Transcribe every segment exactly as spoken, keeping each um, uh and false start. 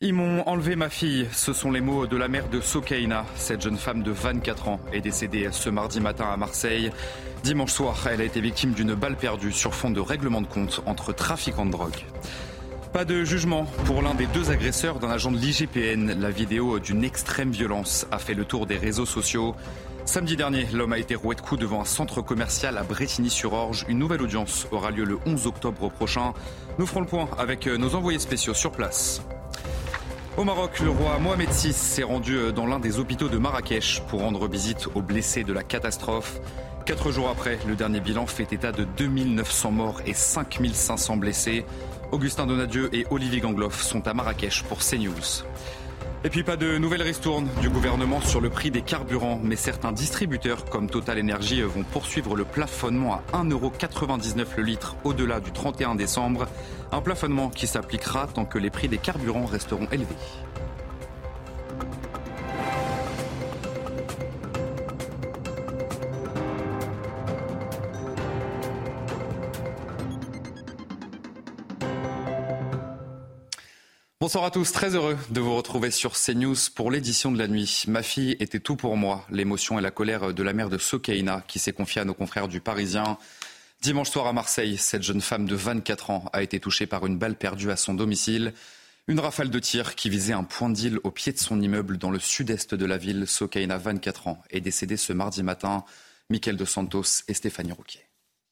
Ils m'ont enlevé ma fille, ce sont les mots de la mère de Sokaina. Cette jeune femme de vingt-quatre ans est décédée ce mardi matin à Marseille. Dimanche soir, elle a été victime d'une balle perdue sur fond de règlement de compte entre trafiquants de drogue. Pas de jugement pour l'un des deux agresseurs d'un agent de l'I G P N. La vidéo d'une extrême violence a fait le tour des réseaux sociaux. Samedi dernier, l'homme a été roué de coups devant un centre commercial à Brétigny-sur-Orge. Une nouvelle audience aura lieu le onze octobre prochain. Nous ferons le point avec nos envoyés spéciaux sur place. Au Maroc, le roi Mohamed six s'est rendu dans l'un des hôpitaux de Marrakech pour rendre visite aux blessés de la catastrophe. Quatre jours après, le dernier bilan fait état de deux mille neuf cents morts et cinq mille cinq cents blessés. Augustin Donadieu et Olivier Gangloff sont à Marrakech pour CNews. Et puis pas de nouvelles ristournes du gouvernement sur le prix des carburants, mais certains distributeurs comme Total Energy vont poursuivre le plafonnement à un euro quatre-vingt-dix-neuf le litre au-delà du trente et un décembre. Un plafonnement qui s'appliquera tant que les prix des carburants resteront élevés. Bonsoir à tous, très heureux de vous retrouver sur CNews pour l'édition de la nuit. Ma fille était tout pour moi, l'émotion et la colère de la mère de Sokaina qui s'est confiée à nos confrères du Parisien. Dimanche soir à Marseille, cette jeune femme de vingt-quatre ans a été touchée par une balle perdue à son domicile. Une rafale de tir qui visait un point d'île au pied de son immeuble dans le sud-est de la ville. Sokaina, vingt-quatre ans, est décédée ce mardi matin. Mickaël Dos Santos et Stéphanie Rouquier.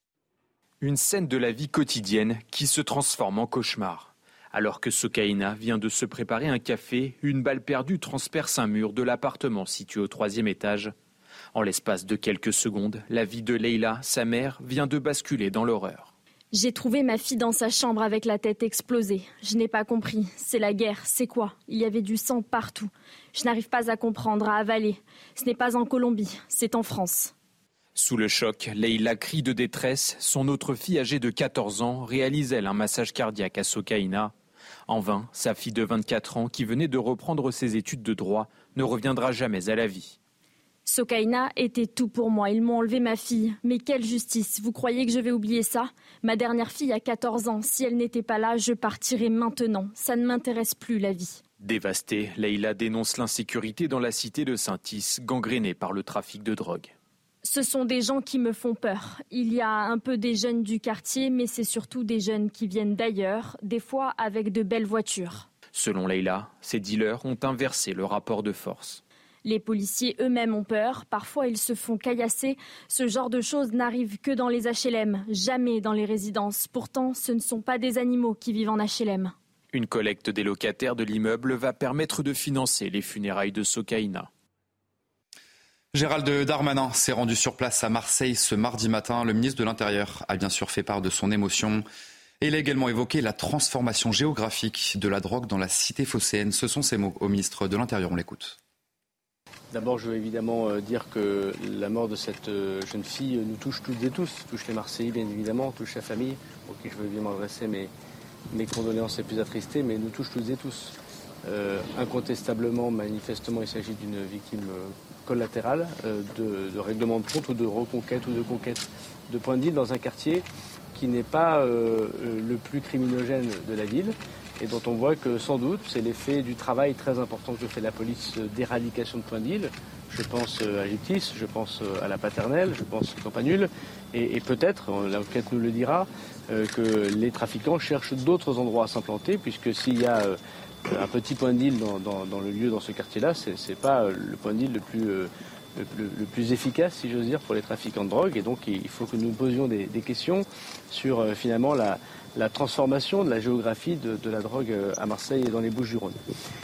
Une scène de la vie quotidienne qui se transforme en cauchemar. Alors que Sokaina vient de se préparer un café, une balle perdue transperce un mur de l'appartement situé au troisième étage. En l'espace de quelques secondes, la vie de Leïla, sa mère, vient de basculer dans l'horreur. J'ai trouvé ma fille dans sa chambre avec la tête explosée. Je n'ai pas compris. C'est la guerre, c'est quoi? Il y avait du sang partout. Je n'arrive pas à comprendre, à avaler. Ce n'est pas en Colombie, c'est en France. Sous le choc, Leïla crie de détresse. Son autre fille âgée de quatorze ans réalise elle un massage cardiaque à Sokaina. En vain, sa fille de vingt-quatre ans, qui venait de reprendre ses études de droit, ne reviendra jamais à la vie. Sokaina était tout pour moi. Ils m'ont enlevé ma fille. Mais quelle justice! Vous croyez que je vais oublier ça? Ma dernière fille a quatorze ans. Si elle n'était pas là, je partirais maintenant. Ça ne m'intéresse plus, la vie. Dévastée, Leïla dénonce l'insécurité dans la cité de Saint-Is, gangrénée par le trafic de drogue. Ce sont des gens qui me font peur. Il y a un peu des jeunes du quartier, mais c'est surtout des jeunes qui viennent d'ailleurs, des fois avec de belles voitures. Selon Leïla, ces dealers ont inversé le rapport de force. Les policiers eux-mêmes ont peur, parfois ils se font caillasser. Ce genre de choses n'arrive que dans les H L M, jamais dans les résidences. Pourtant, ce ne sont pas des animaux qui vivent en H L M. Une collecte des locataires de l'immeuble va permettre de financer les funérailles de Sokaina. Gérald Darmanin s'est rendu sur place à Marseille ce mardi matin. Le ministre de l'Intérieur a bien sûr fait part de son émotion. Et il a également évoqué la transformation géographique de la drogue dans la cité phocéenne. Ce sont ses mots au ministre de l'Intérieur. On l'écoute. D'abord, je veux évidemment dire que la mort de cette jeune fille nous touche toutes et tous. Touche les Marseillais, bien évidemment, touche la famille, pour qui je veux bien m'adresser mes, mes condoléances les plus attristées, mais nous touche toutes et tous. Euh, incontestablement, manifestement, il s'agit d'une victime euh, collatérale euh, de, de règlement de compte ou de reconquête ou de conquête de points de deal dans un quartier qui n'est pas euh, le plus criminogène de la ville et dont on voit que sans doute c'est l'effet du travail très important que fait la police d'éradication de points de deal. Je pense à Gyptis, je pense à la Paternelle, je pense au Campanule et, et peut-être, l'enquête nous le dira, euh, que les trafiquants cherchent d'autres endroits à s'implanter puisque s'il y a euh, un petit point de deal dans, dans, dans le lieu, dans ce quartier-là, c'est, c'est pas le point de deal le plus, euh, le, le, le plus efficace, si j'ose dire, pour les trafiquants de drogue. Et donc, il faut que nous posions des, des questions sur euh, finalement la, la transformation de la géographie de, de la drogue à Marseille et dans les Bouches-du-Rhône.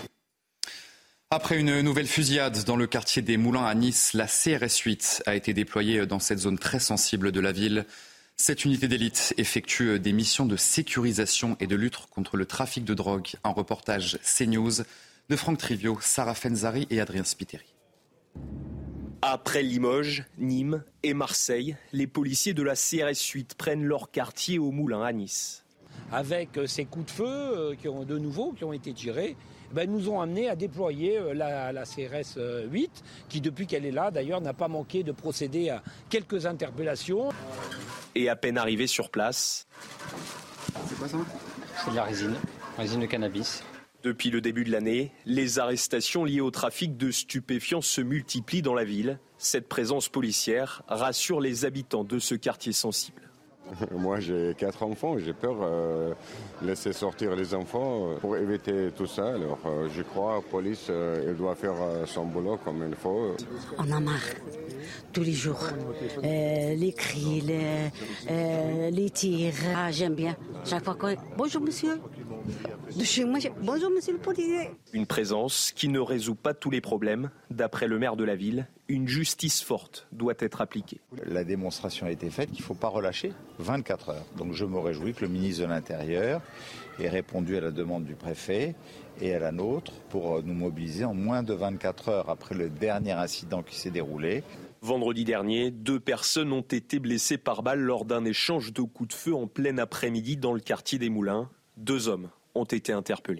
Après une nouvelle fusillade dans le quartier des Moulins à Nice, la C R S huit a été déployée dans cette zone très sensible de la ville. Cette unité d'élite effectue des missions de sécurisation et de lutte contre le trafic de drogue. Un reportage CNews de Franck Trivio, Sarah Fenzari et Adrien Spiteri. Après Limoges, Nîmes et Marseille, les policiers de la C R S huit prennent leur quartier aux Moulins à Nice. Avec ces coups de feu qui ont, de nouveau qui ont été tirés, ben, nous ont amenés à déployer la, la C R S huit, qui depuis qu'elle est là d'ailleurs n'a pas manqué de procéder à quelques interpellations. Et à peine arrivé sur place... C'est quoi ça? C'est de la résine, résine de cannabis. Depuis le début de l'année, les arrestations liées au trafic de stupéfiants se multiplient dans la ville. Cette présence policière rassure les habitants de ce quartier sensible. Moi j'ai quatre enfants, j'ai peur de euh, laisser sortir les enfants pour éviter tout ça. Alors euh, je crois que la police euh, elle doit faire euh, son boulot comme il faut. On a marre, tous les jours. Euh, les cris, les, euh, les tirs. Ah, j'aime bien. Chaque fois que... Bonjour monsieur. De chez moi, bonjour monsieur le policier. Une présence qui ne résout pas tous les problèmes. D'après le maire de la ville, une justice forte doit être appliquée. La démonstration a été faite qu'il ne faut pas relâcher vingt-quatre heures. Donc je me réjouis que le ministre de l'Intérieur ait répondu à la demande du préfet et à la nôtre pour nous mobiliser en moins de vingt-quatre heures après le dernier incident qui s'est déroulé. Vendredi dernier, deux personnes ont été blessées par balle lors d'un échange de coups de feu en plein après-midi dans le quartier des Moulins. Deux hommes ont été interpellés.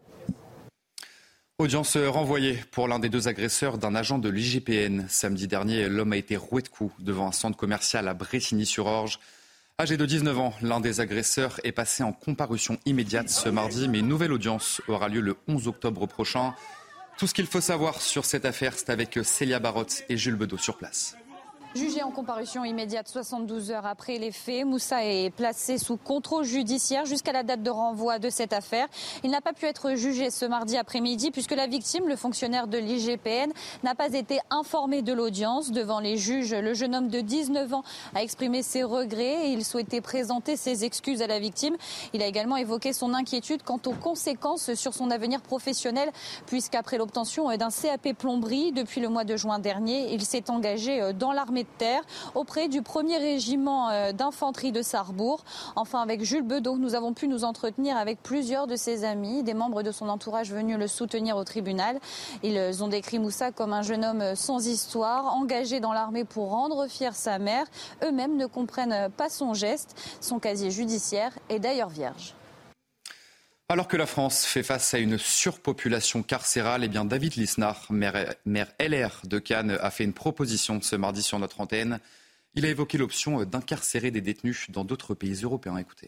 Audience renvoyée pour l'un des deux agresseurs d'un agent de l'I G P N. Samedi dernier, l'homme a été roué de coups devant un centre commercial à Brétigny-sur-Orge. Âgé de dix-neuf ans, l'un des agresseurs est passé en comparution immédiate ce mardi, mais une nouvelle audience aura lieu le onze octobre prochain. Tout ce qu'il faut savoir sur cette affaire, c'est avec Célia Barotte et Jules Bedeau sur place. Jugé en comparution immédiate soixante-douze heures après les faits, Moussa est placé sous contrôle judiciaire jusqu'à la date de renvoi de cette affaire. Il n'a pas pu être jugé ce mardi après-midi puisque la victime, le fonctionnaire de l'I G P N, n'a pas été informé de l'audience. Devant les juges, le jeune homme de dix-neuf ans a exprimé ses regrets et il souhaitait présenter ses excuses à la victime. Il a également évoqué son inquiétude quant aux conséquences sur son avenir professionnel puisqu'après l'obtention d'un C A P plomberie depuis le mois de juin dernier, il s'est engagé dans l'armée de terre auprès du premier régiment d'infanterie de Sarrebourg. Enfin, avec Jules Bedeau, nous avons pu nous entretenir avec plusieurs de ses amis, des membres de son entourage venus le soutenir au tribunal. Ils ont décrit Moussa comme un jeune homme sans histoire, engagé dans l'armée pour rendre fière sa mère. Eux-mêmes ne comprennent pas son geste. Son casier judiciaire est d'ailleurs vierge. Alors que la France fait face à une surpopulation carcérale, eh bien David Lisnard, maire, maire L R de Cannes, a fait une proposition ce mardi sur notre antenne. Il a évoqué l'option d'incarcérer des détenus dans d'autres pays européens. Écoutez.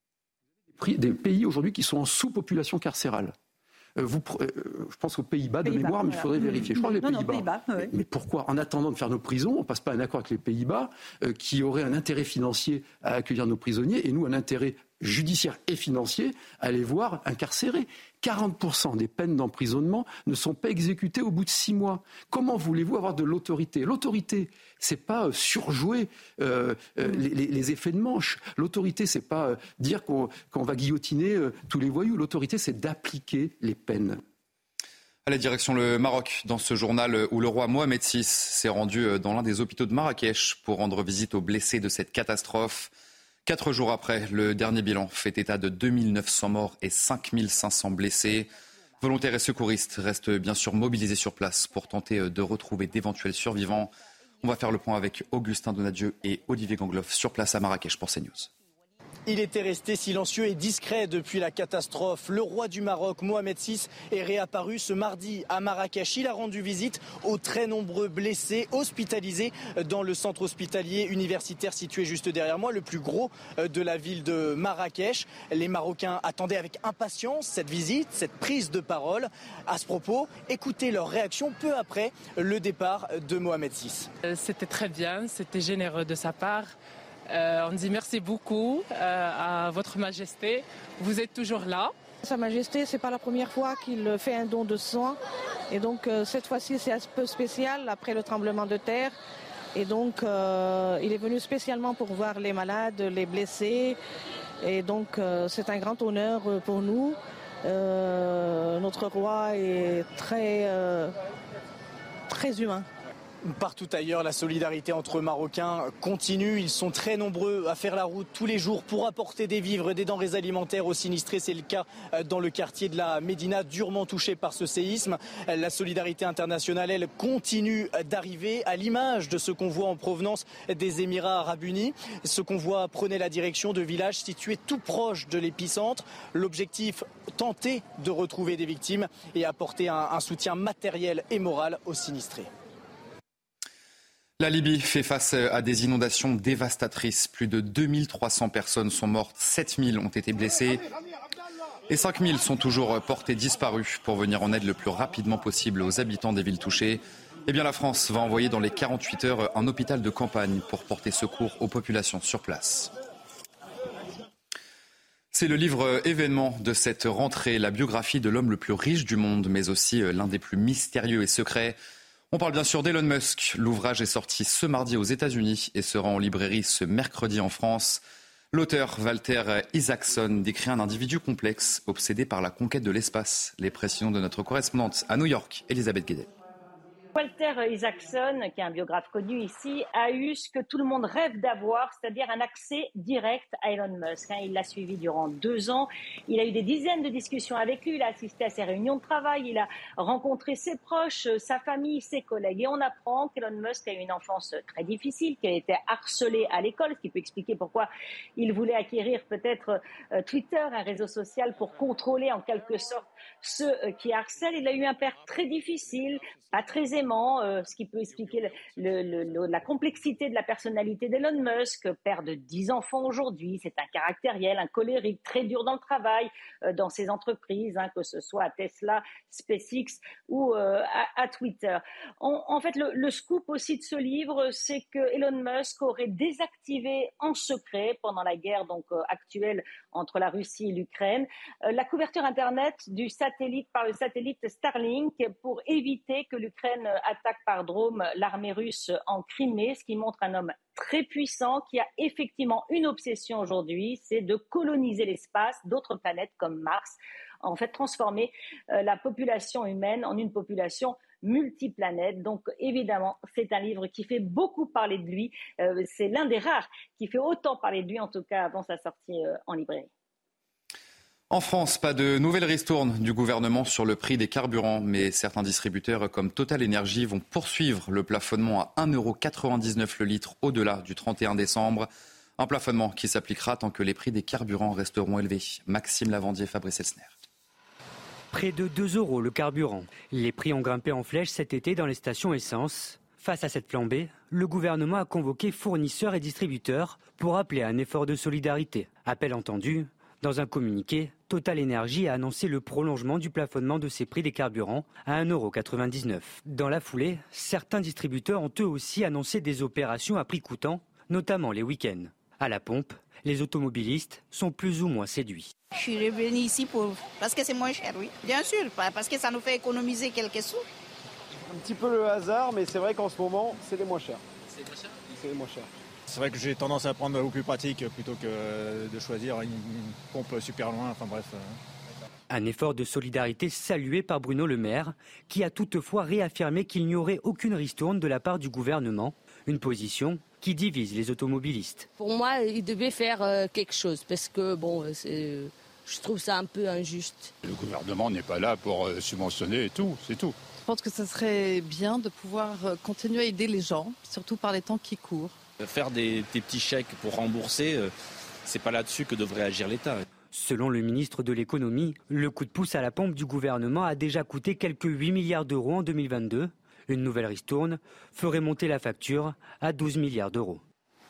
Des pays aujourd'hui qui sont en sous-population carcérale. Vous, euh, je pense aux Pays-Bas de Pays-Bas, mémoire, mais il faudrait voilà. vérifier. Je crois les non, Pays-Bas. Non, Pays-Bas ouais. Mais pourquoi, en attendant de faire nos prisons, on ne passe pas un accord avec les Pays-Bas euh, qui auraient un intérêt financier à accueillir nos prisonniers et nous un intérêt judiciaire et financier à les voir incarcérés. quarante pour cent des peines d'emprisonnement ne sont pas exécutées au bout de six mois. Comment voulez-vous avoir de l'autorité ? L'autorité, c'est pas surjouer euh, euh, les, les effets de manche. L'autorité, c'est pas dire qu'on, qu'on va guillotiner euh, tous les voyous. L'autorité, c'est d'appliquer les peines. À la direction le Maroc, dans ce journal où le roi Mohamed six s'est rendu dans l'un des hôpitaux de Marrakech pour rendre visite aux blessés de cette catastrophe. Quatre jours après, le dernier bilan fait état de deux mille neuf cents morts et cinq mille cinq cents blessés. Volontaires et secouristes restent bien sûr mobilisés sur place pour tenter de retrouver d'éventuels survivants. On va faire le point avec Augustin Donadieu et Olivier Gangloff sur place à Marrakech pour CNews. Il était resté silencieux et discret depuis la catastrophe. Le roi du Maroc, Mohamed six, est réapparu ce mardi à Marrakech. Il a rendu visite aux très nombreux blessés hospitalisés dans le centre hospitalier universitaire situé juste derrière moi, le plus gros de la ville de Marrakech. Les Marocains attendaient avec impatience cette visite, cette prise de parole. À ce propos, écoutez leur réaction peu après le départ de Mohamed six. C'était très bien, c'était généreux de sa part. Euh, on dit merci beaucoup euh, à votre majesté. Vous êtes toujours là. Sa majesté, c'est pas la première fois qu'il fait un don de sang. Et donc euh, cette fois-ci, c'est un peu spécial après le tremblement de terre. Et donc euh, il est venu spécialement pour voir les malades, les blessés. Et donc euh, c'est un grand honneur pour nous. Euh, notre roi est très, euh, très humain. Partout ailleurs, la solidarité entre Marocains continue. Ils sont très nombreux à faire la route tous les jours pour apporter des vivres et des denrées alimentaires aux sinistrés. C'est le cas dans le quartier de la Médina, durement touché par ce séisme. La solidarité internationale, elle, continue d'arriver à l'image de ce convoi en provenance des Émirats arabes unis. Ce convoi prenait la direction de villages situés tout proche de l'épicentre. L'objectif, tenter de retrouver des victimes et apporter un, un soutien matériel et moral aux sinistrés. La Libye fait face à des inondations dévastatrices. Plus de deux mille trois cents personnes sont mortes, sept mille ont été blessées. Et cinq mille sont toujours portés disparus. Pour venir en aide le plus rapidement possible aux habitants des villes touchées, eh bien la France va envoyer dans les quarante-huit heures un hôpital de campagne pour porter secours aux populations sur place. C'est le livre événement de cette rentrée, la biographie de l'homme le plus riche du monde, mais aussi l'un des plus mystérieux et secrets. On parle bien sûr d'Elon Musk. L'ouvrage est sorti ce mardi aux États-Unis et sera en librairie ce mercredi en France. L'auteur Walter Isaacson décrit un individu complexe, obsédé par la conquête de l'espace. Les précisions de notre correspondante à New York, Elisabeth Guédet. Walter Isaacson, qui est un biographe connu ici, a eu ce que tout le monde rêve d'avoir, c'est-à-dire un accès direct à Elon Musk. Il l'a suivi durant deux ans. Il a eu des dizaines de discussions avec lui. Il a assisté à ses réunions de travail. Il a rencontré ses proches, sa famille, ses collègues. Et on apprend qu'Elon Musk a eu une enfance très difficile, qu'il a été harcelé à l'école, ce qui peut expliquer pourquoi il voulait acquérir peut-être Twitter, un réseau social, pour contrôler en quelque sorte ceux qui harcèlent. Il a eu un père très difficile, pas très aimant, euh, ce qui peut expliquer le, le, le, la complexité de la personnalité d'Elon Musk, père de dix enfants aujourd'hui. C'est un caractériel, un colérique, très dur dans le travail, euh, dans ses entreprises, hein, que ce soit à Tesla, SpaceX ou euh, à, à Twitter. En, en fait, le, le scoop aussi de ce livre, c'est que Elon Musk aurait désactivé en secret, pendant la guerre donc euh, actuelle entre la Russie et l'Ukraine, euh, la couverture Internet du satellite par le satellite Starlink pour éviter que l'Ukraine attaque par drone l'armée russe en Crimée, ce qui montre un homme très puissant qui a effectivement une obsession aujourd'hui, c'est de coloniser l'espace, d'autres planètes comme Mars, en fait transformer euh, la population humaine en une population multiplanète. Donc évidemment, c'est un livre qui fait beaucoup parler de lui. Euh, c'est l'un des rares qui fait autant parler de lui, en tout cas avant sa sortie euh, en librairie. En France, pas de nouvelles ristournes du gouvernement sur le prix des carburants, mais certains distributeurs comme Total Energy vont poursuivre le plafonnement à un euro quatre-vingt-dix-neuf le litre au-delà du trente et un décembre. Un plafonnement qui s'appliquera tant que les prix des carburants resteront élevés. Maxime Lavandier, Fabrice Elsner. Près de deux euros le carburant. Les prix ont grimpé en flèche cet été dans les stations essence. Face à cette flambée, le gouvernement a convoqué fournisseurs et distributeurs pour appeler à un effort de solidarité. Appel entendu. Dans un communiqué, Total Energy a annoncé le prolongement du plafonnement de ses prix des carburants à un euro quatre-vingt-dix-neuf. Dans la foulée, certains distributeurs ont eux aussi annoncé des opérations à prix coûtant, notamment les week-ends. À la pompe, les automobilistes sont plus ou moins séduits. Je suis revenu ici pour... parce que c'est moins cher, oui. Bien sûr, parce que ça nous fait économiser quelques sous. Un petit peu le hasard, mais c'est vrai qu'en ce moment, c'est les moins chers. C'est moins cher ? C'est les moins chers. C'est vrai que j'ai tendance à prendre au plus pratique plutôt que de choisir une, une pompe super loin, enfin bref. Un effort de solidarité salué par Bruno Le Maire, qui a toutefois réaffirmé qu'il n'y aurait aucune ristourne de la part du gouvernement, une position qui divise les automobilistes. Pour moi, il devait faire euh, quelque chose, parce que bon, c'est, je trouve ça un peu injuste. Le gouvernement n'est pas là pour euh, subventionner et tout, c'est tout. Je pense que ce serait bien de pouvoir continuer à aider les gens, surtout par les temps qui courent. Faire des, des petits chèques pour rembourser, euh, c'est pas là-dessus que devrait agir l'État. Selon le ministre de l'économie, le coup de pouce à la pompe du gouvernement a déjà coûté quelques huit milliards d'euros en deux mille vingt-deux. Une nouvelle ristourne ferait monter la facture à douze milliards d'euros.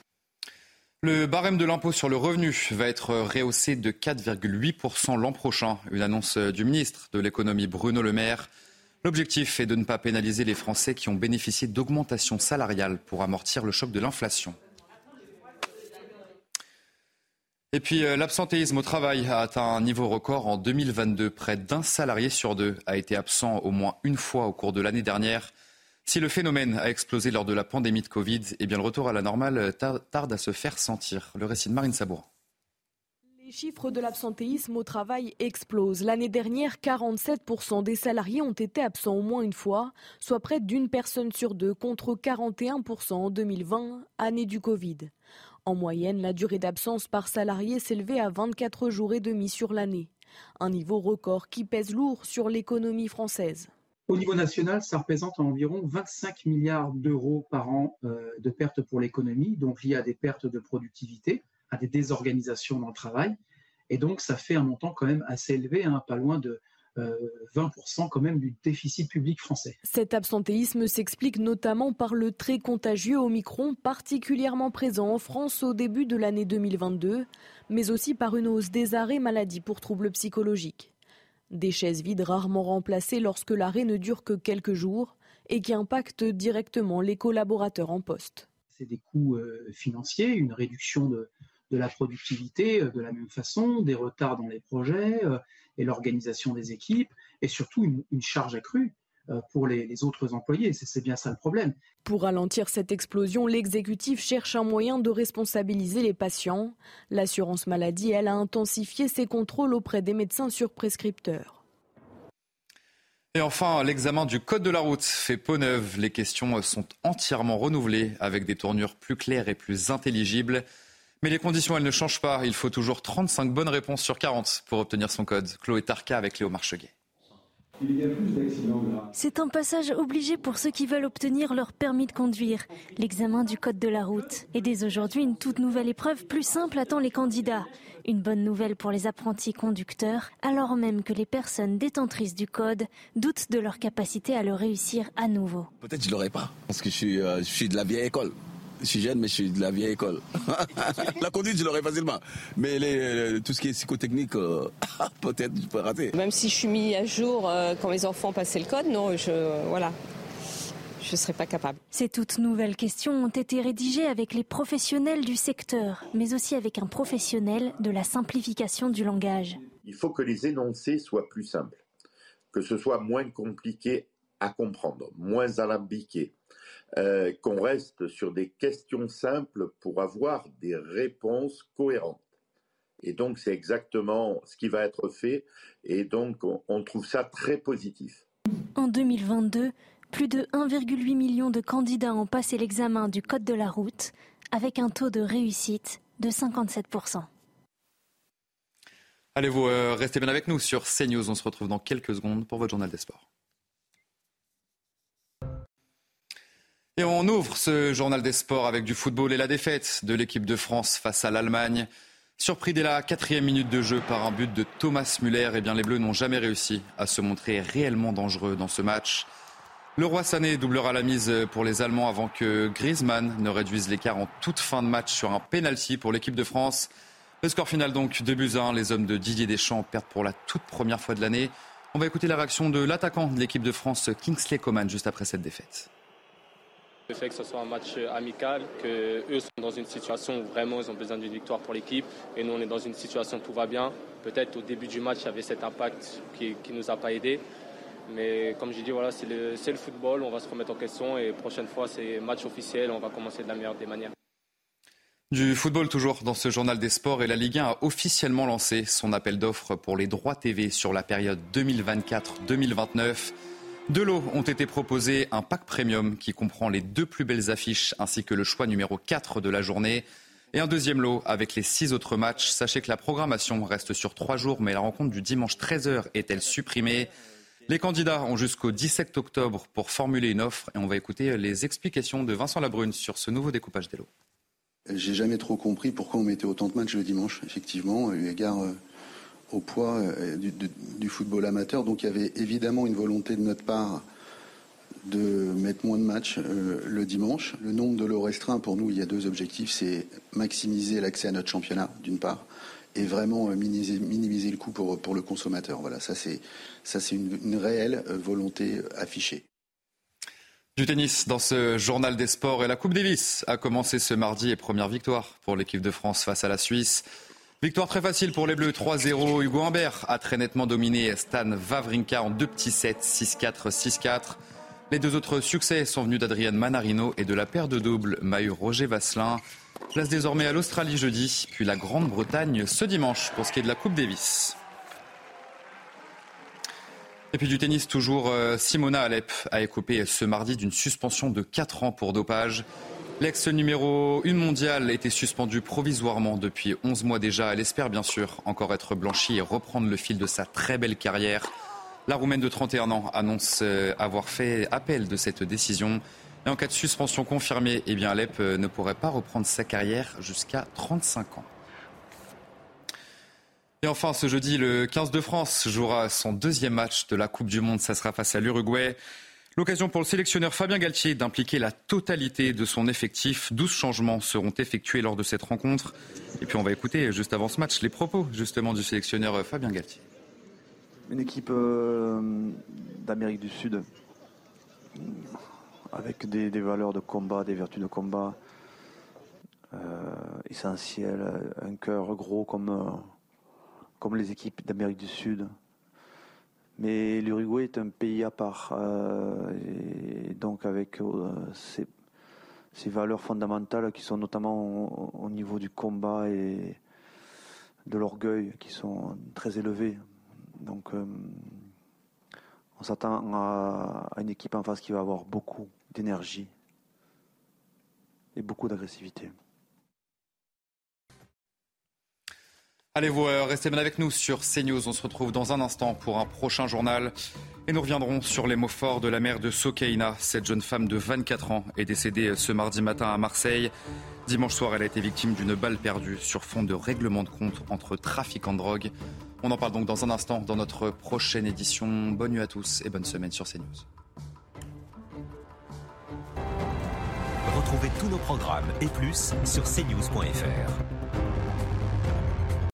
Le barème de l'impôt sur le revenu va être rehaussé de quatre virgule huit pour cent l'an prochain. Une annonce du ministre de l'économie Bruno Le Maire. L'objectif est de ne pas pénaliser les Français qui ont bénéficié d'augmentations salariales pour amortir le choc de l'inflation. Et puis l'absentéisme au travail a atteint un niveau record en deux mille vingt-deux. Près d'un salarié sur deux a été absent au moins une fois au cours de l'année dernière. Si le phénomène a explosé lors de la pandémie de Covid, eh bien le retour à la normale tarde à se faire sentir. Le récit de Marine Sabourin. Les chiffres de l'absentéisme au travail explosent. L'année dernière, quarante-sept pour cent des salariés ont été absents au moins une fois, soit près d'une personne sur deux contre quarante et un pour cent en deux mille vingt, année du Covid. En moyenne, la durée d'absence par salarié s'élevait à vingt-quatre jours et demi sur l'année. Un niveau record qui pèse lourd sur l'économie française. Au niveau national, ça représente environ vingt-cinq milliards d'euros par an euh, de pertes pour l'économie, donc liées à des pertes de productivité, à des désorganisations dans le travail. Et donc, ça fait un montant quand même assez élevé, hein, pas loin de euh, vingt pour cent quand même du déficit public français. Cet absentéisme s'explique notamment par le très contagieux Omicron, particulièrement présent en France au début de l'année deux mille vingt-deux, mais aussi par une hausse des arrêts maladie pour troubles psychologiques. Des chaises vides rarement remplacées lorsque l'arrêt ne dure que quelques jours et qui impactent directement les collaborateurs en poste. C'est des coûts euh, financiers, une réduction de, de la productivité euh, de la même façon, des retards dans les projets euh, et l'organisation des équipes, et surtout une, une charge accrue euh, pour les, les autres employés. C'est, c'est bien ça le problème. Pour ralentir cette explosion, l'exécutif cherche un moyen de responsabiliser les patients. L'assurance maladie, elle, a intensifié ses contrôles auprès des médecins surprescripteurs. Et enfin, l'examen du code de la route fait peau neuve. Les questions sont entièrement renouvelées avec des tournures plus claires et plus intelligibles. Mais les conditions, elles ne changent pas. Il faut toujours trente-cinq bonnes réponses sur quarante pour obtenir son code. Chloé Tarka avec Léo Marcheguet. Il y a plus d'accidents graves. C'est un passage obligé pour ceux qui veulent obtenir leur permis de conduire, l'examen du code de la route. Et dès aujourd'hui, une toute nouvelle épreuve plus simple attend les candidats. Une bonne nouvelle pour les apprentis conducteurs, alors même que les personnes détentrices du code doutent de leur capacité à le réussir à nouveau. Peut-être que je ne l'aurai pas, parce que je suis, euh, je suis de la vieille école. Je suis jeune, mais je suis de la vieille école. La conduite, je l'aurai facilement. Mais les, tout ce qui est psychotechnique, euh, peut-être je peux rater. Même si je suis mis à jour euh, quand mes enfants passaient le code, non, je, voilà, je ne serais pas capable. Ces toutes nouvelles questions ont été rédigées avec les professionnels du secteur, mais aussi avec un professionnel de la simplification du langage. Il faut que les énoncés soient plus simples, que ce soit moins compliqué à comprendre, moins alambiqué. Euh, qu'on reste sur des questions simples pour avoir des réponses cohérentes. Et donc, c'est exactement ce qui va être fait. Et donc, on, on trouve ça très positif. En deux mille vingt-deux, plus de un virgule huit million de candidats ont passé l'examen du code de la route, avec un taux de réussite de cinquante-sept pour cent. Allez, vous euh, restez bien avec nous sur CNews. On se retrouve dans quelques secondes pour votre journal des sports. Et on ouvre ce journal des sports avec du football et la défaite de l'équipe de France face à l'Allemagne. Surpris dès la quatrième minute de jeu par un but de Thomas Müller, eh bien les Bleus n'ont jamais réussi à se montrer réellement dangereux dans ce match. Le Roi Sané doublera la mise pour les Allemands avant que Griezmann ne réduise l'écart en toute fin de match sur un pénalty pour l'équipe de France. Le score final donc deux buts à un. Les hommes de Didier Deschamps perdent pour la toute première fois de l'année. On va écouter la réaction de l'attaquant de l'équipe de France, Kingsley Coman, juste après cette défaite. Le fait que ce soit un match amical, qu'eux sont dans une situation où vraiment ils ont besoin d'une victoire pour l'équipe et nous on est dans une situation où tout va bien. Peut-être au début du match il y avait cet impact qui ne nous a pas aidés. Mais comme j'ai dit, voilà, c'est le, c'est le football, on va se remettre en question et prochaine fois c'est match officiel, on va commencer de la meilleure des manières. Du football toujours dans ce journal des sports et la Ligue un a officiellement lancé son appel d'offres pour les droits T V sur la période deux mille vingt-quatre deux mille vingt-neuf. Deux lots ont été proposés, un pack premium qui comprend les deux plus belles affiches ainsi que le choix numéro quatre de la journée et un deuxième lot avec les six autres matchs. Sachez que la programmation reste sur trois jours mais la rencontre du dimanche treize heures est-elle supprimée ? Les candidats ont jusqu'au dix-sept octobre pour formuler une offre et on va écouter les explications de Vincent Labrune sur ce nouveau découpage des lots. J'ai jamais trop compris pourquoi on mettait autant de matchs le dimanche, effectivement, eu égard euh, au poids euh, du, du, du football amateur. Donc il y avait évidemment une volonté de notre part de mettre moins de matchs euh, le dimanche. Le nombre de lots restreints, pour nous, il y a deux objectifs. C'est maximiser l'accès à notre championnat, d'une part, et vraiment euh, minimiser, minimiser le coût pour, pour le consommateur. Voilà, ça c'est, ça, c'est une, une réelle euh, volonté affichée. Du tennis dans ce journal des sports et la Coupe Davis a commencé ce mardi et première victoire pour l'équipe de France face à la Suisse. Victoire très facile pour les Bleus, trois zéro. Hugo Humbert a très nettement dominé Stan Wawrinka en deux petits sets, six quatre, six quatre. Les deux autres succès sont venus d'Adrian Manarino et de la paire de doubles Mahut-Roger Vasselin. Place désormais à l'Australie jeudi, puis la Grande-Bretagne ce dimanche pour ce qui est de la Coupe Davis. Et puis du tennis toujours, Simona Halep a écopé ce mardi d'une suspension de quatre ans pour dopage. L'ex numéro un mondial était suspendue provisoirement depuis onze mois déjà. Elle espère bien sûr encore être blanchie et reprendre le fil de sa très belle carrière. La Roumaine de trente et un ans annonce avoir fait appel de cette décision. Et en cas de suspension confirmée, eh bien Halep ne pourrait pas reprendre sa carrière jusqu'à trente-cinq ans. Et enfin, ce jeudi, le quinze de France jouera son deuxième match de la Coupe du Monde. Ça sera face à l'Uruguay. L'occasion pour le sélectionneur Fabien Galtier d'impliquer la totalité de son effectif. douze changements seront effectués lors de cette rencontre. Et puis on va écouter, juste avant ce match, les propos justement du sélectionneur Fabien Galtier. Une équipe euh, d'Amérique du Sud avec des, des valeurs de combat, des vertus de combat euh, essentielles, un cœur gros comme... Euh, comme les équipes d'Amérique du Sud. Mais l'Uruguay est un pays à part, euh, et donc avec euh, ses, ses valeurs fondamentales qui sont notamment au, au niveau du combat et de l'orgueil, qui sont très élevés. Donc euh, on s'attend à, à une équipe en face qui va avoir beaucoup d'énergie et beaucoup d'agressivité. Allez, vous euh, restez bien avec nous sur CNews. On se retrouve dans un instant pour un prochain journal. Et nous reviendrons sur les mots forts de la mère de Sokeina. Cette jeune femme de vingt-quatre ans est décédée ce mardi matin à Marseille. Dimanche soir, elle a été victime d'une balle perdue sur fond de règlement de compte entre trafiquants de drogue. On en parle donc dans un instant dans notre prochaine édition. Bonne nuit à tous et bonne semaine sur CNews. Retrouvez tous nos programmes et plus sur c news point f r.